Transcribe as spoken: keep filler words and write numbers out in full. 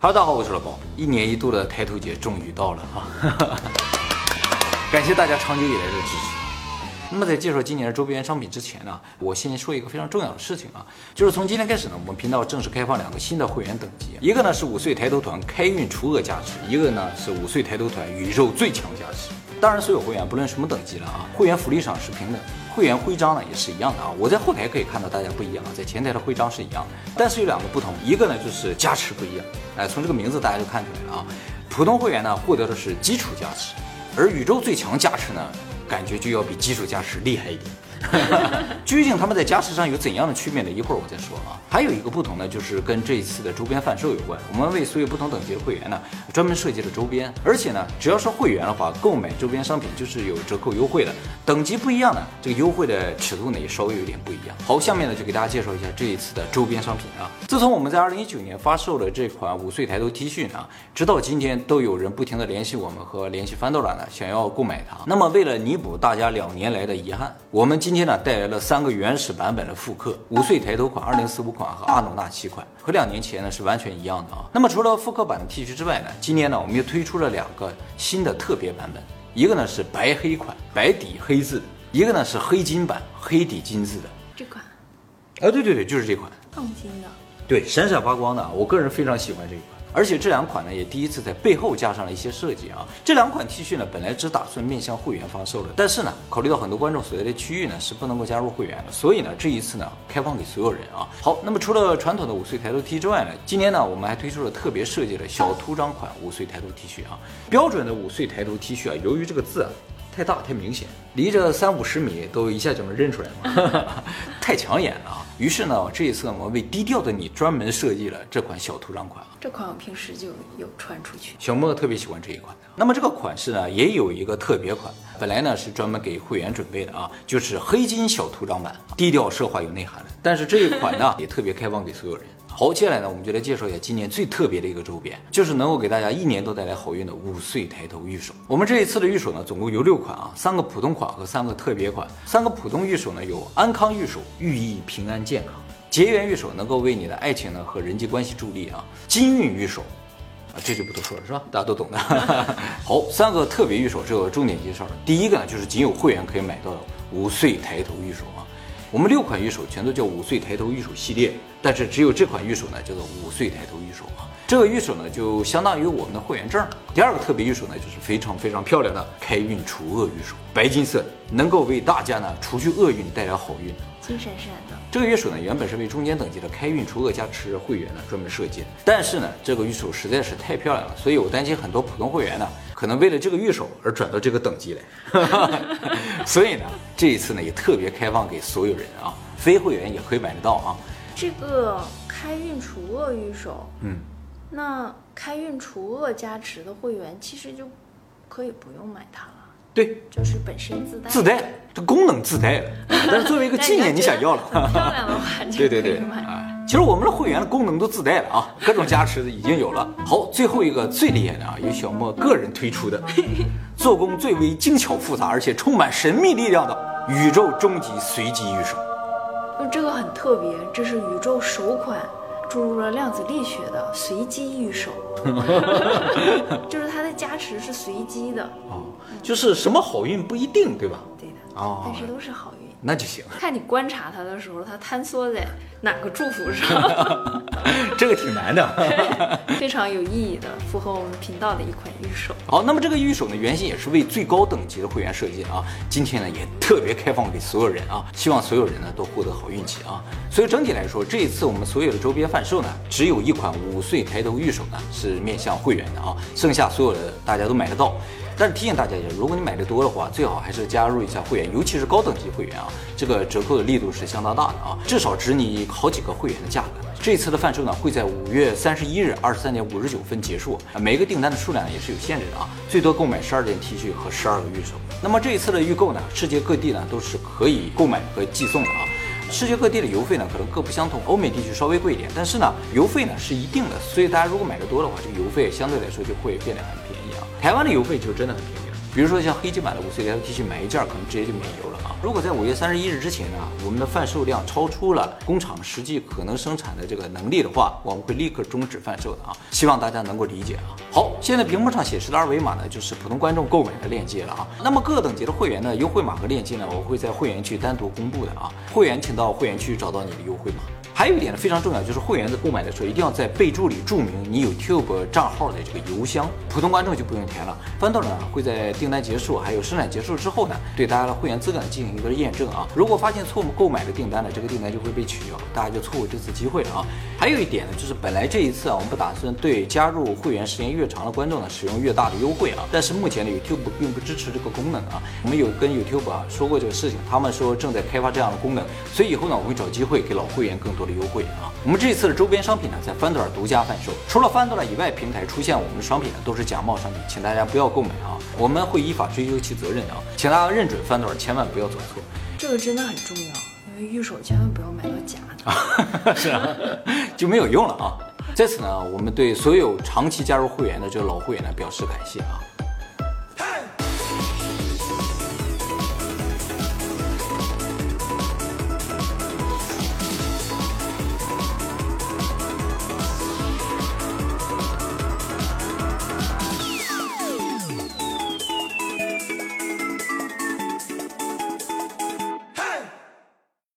Hello， 大家好，我是老包。一年一度的抬头节终于到了啊！感谢大家长久以来的支持。那么在介绍今年的周边商品之前呢，我先说一个非常重要的事情啊，就是从今天开始呢，我们频道正式开放两个新的会员等级，一个呢是五岁抬头团开运除恶加持，一个呢是五岁抬头团宇宙最强加持。当然，所有会员不论什么等级了啊，会员福利上是平等的。会员徽章呢也是一样的啊，我在后台可以看到大家不一样啊，在前台的徽章是一样的，但是有两个不同，一个呢就是加持不一样，哎，从这个名字大家就看出来了啊。普通会员呢获得的是基础加持，而宇宙最强加持呢，感觉就要比基础加持厉害一点。究竟他们在加持上有怎样的区别呢？一会儿我再说啊。还有一个不同呢，就是跟这一次的周边贩售有关。我们为所有不同等级的会员呢，专门设计了周边，而且呢，只要是会员的话，购买周边商品就是有折扣优惠的。等级不一样呢，这个优惠的尺度呢也稍微有点不一样。好，下面呢就给大家介绍一下这一次的周边商品啊。自从我们在二零一九年发售了这款五岁抬头 T 恤呢，直到今天都有人不停的联系我们和联系翻豆了呢，想要购买它。那么为了弥补大家两年来的遗憾，我们今天呢带来了三个原始版本的复刻，五岁抬头款、二零四五款和阿努纳奇款，和两年前呢是完全一样的啊。那么除了复刻版的 T 恤之外呢，今年呢我们又推出了两个新的特别版本，一个呢是白黑款，白底黑字的，一个呢是黑金版，黑底金字的。 这款？ 啊，对对对，就是这款， 镀金的， 对，闪闪发光的，我个人非常喜欢这一款。而且这两款呢，也第一次在背后加上了一些设计啊。这两款 T 恤呢，本来只打算面向会员发售的，但是呢，考虑到很多观众所在的区域呢是不能够加入会员的，所以呢，这一次呢，开放给所有人啊。好，那么除了传统的五岁抬头 T 之外呢，今年呢，我们还推出了特别设计的小图章款五岁抬头 T 恤啊。标准的五岁抬头 T 恤啊，由于这个字啊太大太明显，离着三五十米都一下就能认出来嘛，太抢眼了啊。于是呢，这一次我们为低调的你专门设计了这款小图章款。 这款我平时就有穿出去。 小莫特别喜欢这一款。那么这个款式呢，也有一个特别款，本来呢是专门给会员准备的啊，就是黑金小图章版，低调奢华有内涵的。但是这一款呢，也特别开放给所有人。好，接下来呢，我们就来介绍一下今年最特别的一个周边，就是能够给大家一年都带来好运的五岁抬头玉手。我们这一次的玉手呢，总共有六款啊，三个普通款和三个特别款。三个普通玉手呢，有安康玉手，寓意平安健康；结缘玉手能够为你的爱情呢和人际关系助力啊；金运玉手。啊，这就不多说了，是吧？大家都懂的。好，三个特别玉手，这个重点介绍了。第一个呢，就是仅有会员可以买到的五岁抬头玉手啊。我们六款玉手全都叫五岁抬头玉手系列，但是只有这款玉手呢叫做五岁抬头玉手啊。这个玉手呢就相当于我们的会员证。第二个特别玉手呢就是非常非常漂亮的开运除恶玉手，白金色，能够为大家呢除去厄运，带来好运。 金闪闪的。 这个玉手呢原本是为中间等级的开运除恶加持会员呢专门设计的，但是呢这个玉手实在是太漂亮了，所以我担心很多普通会员呢可能为了这个玉手而转到这个等级来。所以呢这一次呢也特别开放给所有人啊，非会员也可以买得到啊。 这个开运除恶玉手， 嗯， 那开运除恶加持的会员其实就可以不用买它了。 对， 就是本身自带自带，这功能自带的，但是作为一个纪念你想要了， 很漂亮的话就对对对，啊，其实我们的会员的功能都自带了啊，各种加持的已经有了。好，最后一个最厉害的啊，由小莫个人推出的，做工最为精巧复杂，而且充满神秘力量的宇宙终极随机玉手。 就这个很特别，这是宇宙首款注入了量子力学的随机玉手，就是它的加持是随机的哦，就是什么好运不一定，对吧？ 对的哦， 但是都是好运， 那就行。 看你观察它的时候，它坍缩在哪个祝福上， 这个挺难的， 非常有意义的，符合我们频道的一款玉手。 好，那么这个玉手呢，原先也是为最高等级的会员设计的啊，今天呢也特别开放给所有人啊，希望所有人呢都获得好运气啊。所以整体来说，这一次我们所有的周边贩售呢，只有一款五岁抬头玉手呢是面向会员的啊，剩下所有的大家都买得到。但是提醒大家一下，如果你买的多的话，最好还是加入一下会员，尤其是高等级会员啊，这个折扣的力度是相当大的啊，至少值你好几个会员的价格。这次的贩售呢会在五月三十一日二十三点五十九分结束啊，每个订单的数量也是有限制的啊，最多购买十二件 T 恤和十二个玉手。那么这一次的预购呢，世界各地呢都是可以购买和寄送的啊。世界各地的邮费呢可能各不相同，欧美地区稍微贵一点，但是呢邮费呢是一定的，所以大家如果买的多的话，这个邮费相对来说就会变得很便宜啊。台湾的邮费就真的很便宜了， 比如说像黑金版的五岁连 T 恤买一件可能直接就免邮了啊。如果在五月三十一日之前呢，我们的贩售量超出了工厂实际可能生产的这个能力的话，我们会立刻终止贩售的啊。希望大家能够理解啊。好，现在屏幕上显示的二维码呢，就是普通观众购买的链接了啊。那么各个等级的会员呢，优惠码和链接呢，我会在会员区单独公布的啊。会员请到会员区找到你的优惠码。还有一点呢非常重要，就是会员在购买的时候一定要在备注里注明你有 YouTube 账号的这个邮箱，普通观众就不用填了。翻到呢会在订单结束还有生产结束之后呢，对大家的会员资格进行一个验证啊。如果发现错误购买的订单呢，这个订单就会被取消，大家就错过这次机会了啊。还有一点呢，就是本来这一次啊，我们不打算对加入会员时间越长的观众呢使用越大的优惠啊，但是目前呢 YouTube 并不支持这个功能啊。我们有跟 YouTube 啊说过这个事情，他们说正在开发这样的功能，所以以后呢我会找机会给老会员更多的优惠啊。我们这一次的周边商品呢，在翻多尔独家贩售，除了翻多尔以外，平台出现我们的商品呢，都是假冒商品，请大家不要购买啊，我们会依法追究其责任啊，请大家认准翻多尔，千万不要走错。 这个真的很重要，因为玉手千万不要买到假的， 是啊，就没有用了啊。在此呢，我们对所有长期加入会员的这个老会员呢表示感谢啊。